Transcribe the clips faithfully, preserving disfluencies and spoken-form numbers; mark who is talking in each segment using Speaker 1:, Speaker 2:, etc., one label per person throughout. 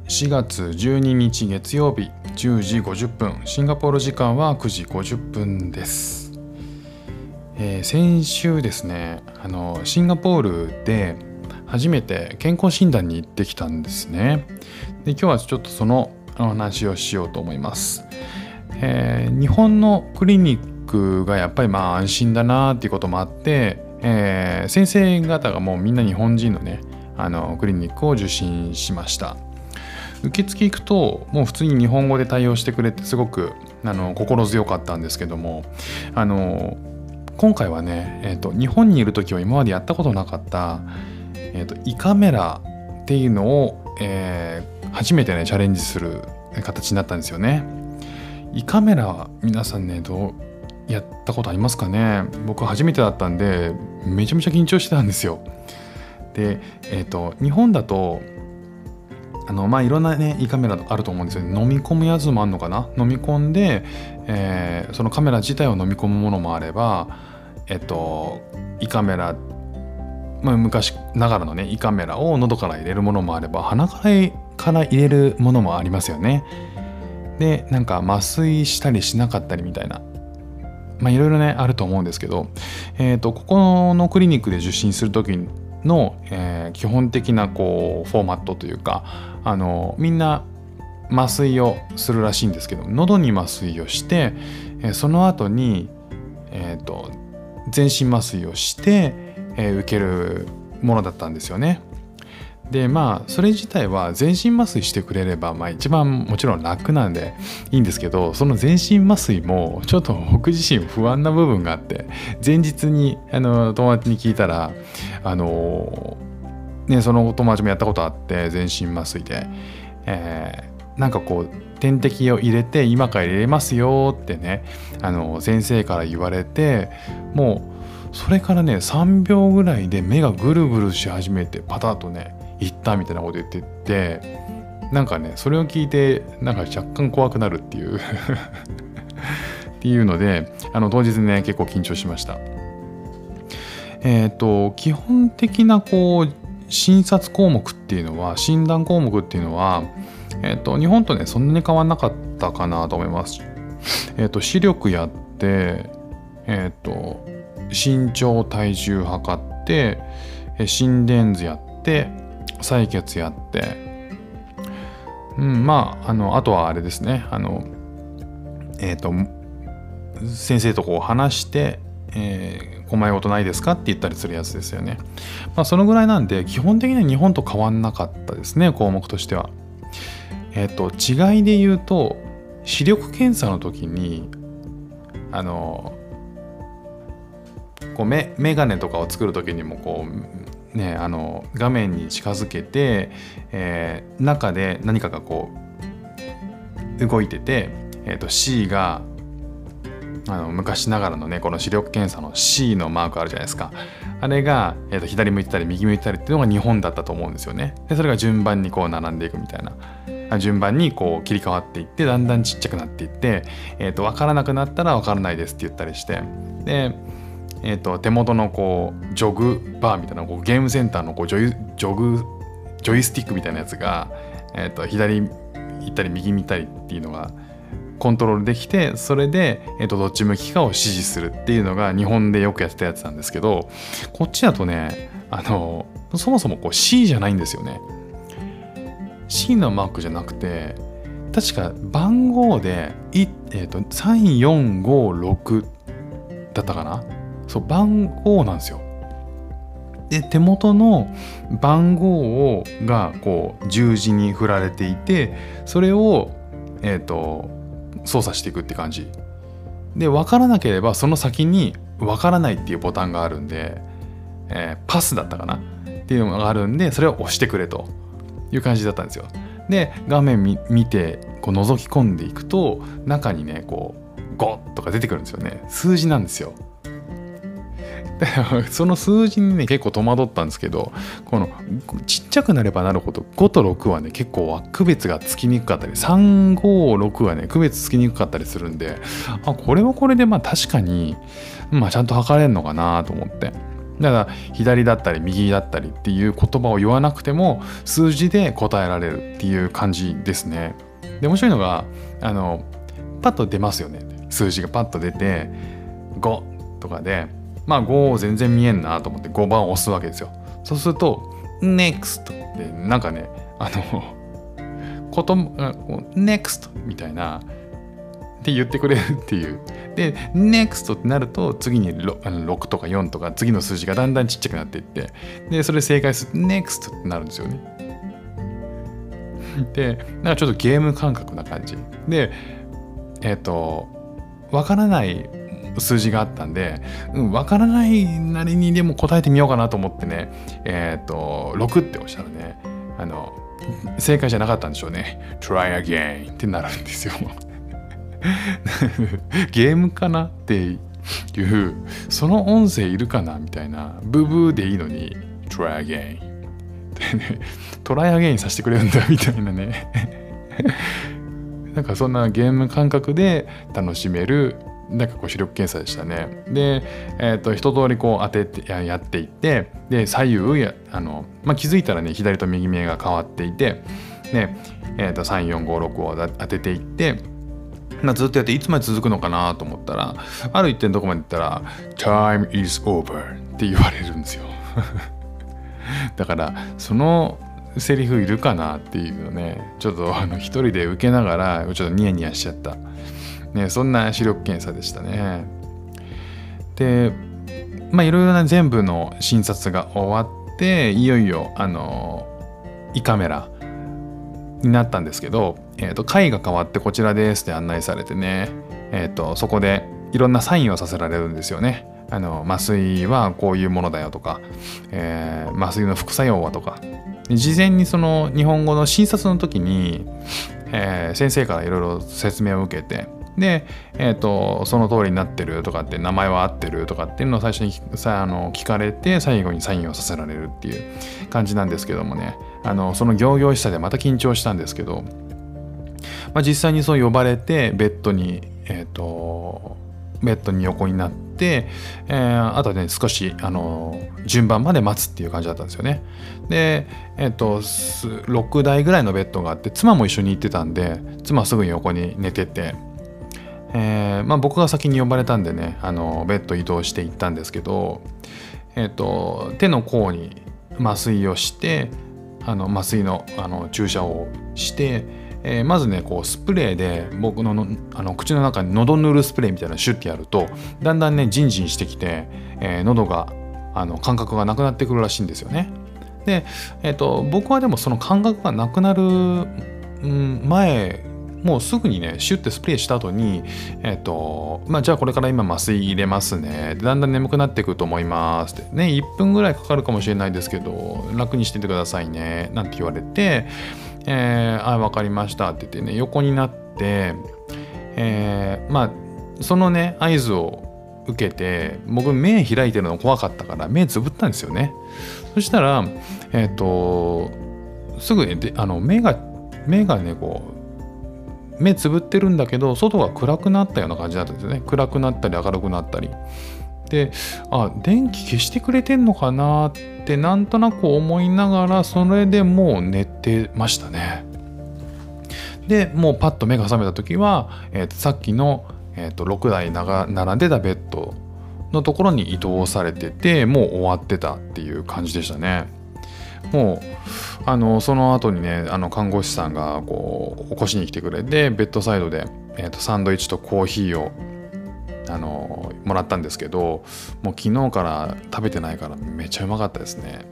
Speaker 1: しがつじゅうににち月曜日じゅうじごじゅっぷん、シンガポール時間はくじごじゅっぷんです。えー、先週ですね、あのシンガポールで初めて健康診断に行ってきたんですね。で、今日はちょっとそのお話をしようと思います。えー、日本のクリニックがやっぱりまあ安心だなっていうこともあって、えー、先生方がもうみんな日本人のね、あのクリニックを受診しました。受付行くともう普通に日本語で対応してくれてすごくあの心強かったんですけども、あの今回はね、えーと、日本にいる時は今までやったことなかった、えーと、胃カメラっていうのを、えー、初めてねチャレンジする形になったんですよね。胃カメラは皆さんねどうやったことありますかね。僕初めてだったんでめちゃめちゃ緊張してたんですよ。で、えーと、日本だとあのまあいろんなね胃カメラあると思うんですよね。飲み込むやつもあるのかな。飲み込んで、えー、そのカメラ自体を飲み込むものもあれば、えっと胃カメラ、まあ、昔ながらのね胃カメラを喉から入れるものもあれば、鼻からから入れるものもありますよね。で、なんか麻酔したりしなかったりみたいな、まあいろいろねあると思うんですけど、えっとここのクリニックで受診するときの、えー、基本的なこうフォーマットというか、あのみんな麻酔をするらしいんですけど、喉に麻酔をして、えー、その後に、えー、と全身麻酔をして、えー、受けるものだったんですよね。で、まあそれ自体は全身麻酔してくれれば、まあ、一番もちろん楽なんでいいんですけど、その全身麻酔もちょっと僕自身不安な部分があって、前日にあの友達に聞いたら、あのね、その友達もやったことあって、全身麻酔で、えー、なんかこう点滴を入れて今から入れますよってね、あの先生から言われて、もうそれからねさんびょうぐらいで目がぐるぐるし始めてパタッとねいったみたいなこと言ってて、なんかねそれを聞いてなんか若干怖くなるっていうっていうので、あの当日ね結構緊張しました。えっと基本的なこう診察項目っていうのは、診断項目っていうのは、えっと日本とねそんなに変わんなかったかなと思います。えっと視力やって、えっと身長体重測って、心電図やって、採血やって、うん、まああのあとはあれですね、あのえっと先生とこう話して、えー、困りごとないですかって言ったりするやつですよね。まあそのぐらいなんで基本的には日本と変わんなかったですね、項目としては。えっと違いで言うと、視力検査の時にあのこうメメガネとかを作る時にもこうね、あの画面に近づけて、えー、中で何かがこう動いてて、えーと C があの昔ながらのねこの視力検査の C のマークあるじゃないですか。あれが、えーと左向いてたり右向いてたりっていうのが日本だったと思うんですよね。でそれが順番にこう並んでいくみたいな、順番にこう切り替わっていって、だんだんちっちゃくなっていって、えーと分からなくなったら分からないですって言ったりして、でえー、と手元のこうジョグバーみたいな、こうゲームセンターのこうジョイ、ジョグジョイスティックみたいなやつが、えー、と左行ったり右見たりっていうのがコントロールできて、それで、えー、とどっち向きかを指示するっていうのが日本でよくやってたやつなんですけど、こっちだとね、あのそもそもこう C じゃないんですよね。 C のマークじゃなくて、確か番号で、えー、とさんよんごろくだったかな。そう、番号なんですよ。で手元の番号をがこう十字に振られていて、それをえっと操作していくって感じで、分からなければその先に分からないっていうボタンがあるんで、えー、パスだったかなっていうのがあるんで、それを押してくれという感じだったんですよ。で画面見見てこう覗き込んでいくと、中にねこうごとか出てくるんですよね。数字なんですよ。その数字にね結構戸惑ったんですけど、このちっちゃくなればなるほどごとろくはね結構区別がつきにくかったり、さんごろくはね区別つきにくかったりするんで、あこれはこれでまあ確かに、まあ、ちゃんと測れるのかなと思って、 だから左だったり右だったりっていう言葉を言わなくても数字で答えられるっていう感じですね。で面白いのがあのパッと出ますよね。数字がパッと出てごとかで、まあご全然見えんなと思ってごばんを押すわけですよ。そうすると ネクスト ってなんかねあのことネクスト みたいなって言ってくれるっていう。で ネクスト ってなると次に 6, ろくとかよんとか次の数字がだんだんちっちゃくなっていって、でそれ正解すると ネクスト ってなるんですよね。でなんかちょっとゲーム感覚な感じで、えっとわからない数字があったんで、うん、わからないなりにでも答えてみようかなと思ってね、えっとろくって押したらね、あの正解じゃなかったんでしょうね。 Try again ってなるんですよ。ゲームかなっていうその音声いるかなみたいな、ブーブーでいいのに Try again ってね、トライアゲインさせてくれるんだみたいなね。なんかそんなゲーム感覚で楽しめるなんかこう視力検査でしたね。で、えー、と一通りこう当てて や, やっていってで左右やあの、まあ、気づいたらね左と右目が変わっていて、ねえー、とさんよんごろくを当てていって、まあ、ずっとやっていつまで続くのかなと思ったら、ある一点どこまで行ったら Time is over って言われるんですよ。だからそのセリフいるかなっていうのね、ちょっとあの一人で受けながらちょっとニヤニヤしちゃった、ね、そんな視力検査でしたね。でまあいろいろな全部の診察が終わっていよいよあの胃カメラになったんですけど、えー、と階が変わってこちらですって案内されてね、えー、とそこでいろんなサインをさせられるんですよね。あの麻酔はこういうものだよとか、えー、麻酔の副作用はとか、事前にその日本語の診察の時に、えー、先生からいろいろ説明を受けて、で、えー、とその通りになってるとかって名前は合ってるとかっていうのを最初にさあの聞かれて最後にサインをさせられるっていう感じなんですけどもね、あのその仰々しさでまた緊張したんですけど、まあ、実際にそう呼ばれてベッドにえっ、ー、とベッドに横になって、えー、あとね少しあの順番まで待つっていう感じだったんですよね。でえっ、ー、とろくだいぐらいのベッドがあって、妻も一緒に行ってたんで妻すぐに横に寝てて、えーまあ、僕が先に呼ばれたんでね、あのベッド移動して行ったんですけど、えー、と手の甲に麻酔をしてあの麻酔 の, あの注射をして、えー、まずねこうスプレーで僕 の, の, あの口の中に喉塗るスプレーみたいなのシュッてやるとだんだんねジンジンしてきて、えー、喉があの感覚がなくなってくるらしいんですよね。で、えー、と僕はでもその感覚がなくなる、うん、前もうすぐにねシュッてスプレーした後にえっ、ー、とまあじゃあこれから今麻酔入れますね、だんだん眠くなってくると思いますってね、いっぷんぐらいかかるかもしれないですけど楽にしててくださいねなんて言われて、えー、あ分かりましたって言ってね横になって、えー、まあそのね合図を受けて僕目開いてるの怖かったから目つぶったんですよね。そしたらえっ、ー、とすぐねであの目が目がねこう目つぶってるんだけど外が暗くなったような感じだったんですよね。暗くなったり明るくなったりで、あ電気消してくれてんのかなってなんとなく思いながらそれでもう寝てましたね。でもうパッと目が覚めた時は、えー、とさっきの、えー、とろくだい並んでたベッドのところに移動されててもう終わってたっていう感じでしたね。もうあのその後にねあの看護師さんがこう起こしに来てくれてベッドサイドで、えー、とサンドイッチとコーヒーをあのもらったんですけど、もう昨日から食べてないからめちゃうまかったですね。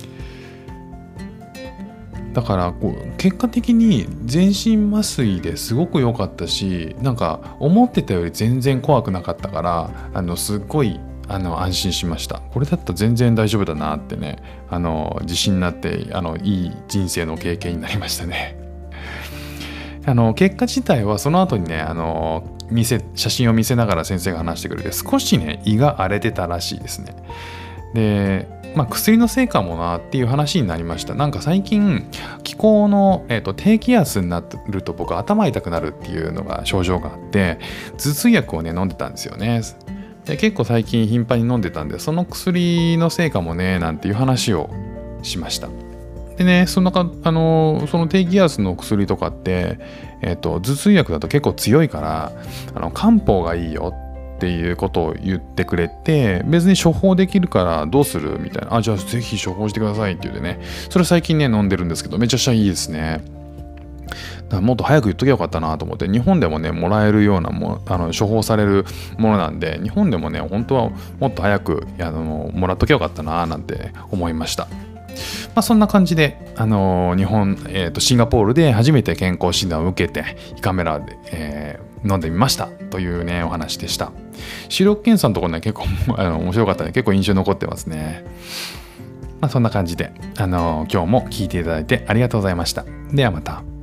Speaker 1: だからこう結果的に全身麻酔ですごく良かったし、なんか思ってたより全然怖くなかったからあのすっごいあの安心しました。これだったら全然大丈夫だなってね、あの自信になってあのいい人生の経験になりましたね。あの結果自体はその後にねあの見せ写真を見せながら先生が話してくれて少しね胃が荒れてたらしいですね。で、まあ、薬のせいかもなっていう話になりました。なんか最近気候の、えーと、低気圧になると僕頭痛くなるっていうのが症状があって頭痛薬をね飲んでたんですよね。 で結構最近頻繁に飲んでたんで、その薬のせいかもねなんていう話をしました。でね、そのかあのその低気圧の薬とかって、えーと、頭痛薬だと結構強いから、あの漢方がいいよっていうことを言ってくれて、別に処方できるからどうするみたいな、あ、じゃあぜひ処方してくださいって言ってね、それ最近ね飲んでるんですけど、めちゃくちゃいいですね。だからもっと早く言っときゃよかったなと思って、日本でもねもらえるようなもあの処方されるものなんで、日本でもね本当はもっと早くあのもらっときゃよかったななんて思いました。まあ、そんな感じで、あのー、日本、えーと、シンガポールで初めて健康診断を受けて、胃カメラで、えー、飲んでみましたというね、お話でした。視力検査のところね、結構あの面白かったね。結構印象に残ってますね。まあ、そんな感じで、あのー、今日も聞いていただいてありがとうございました。ではまた。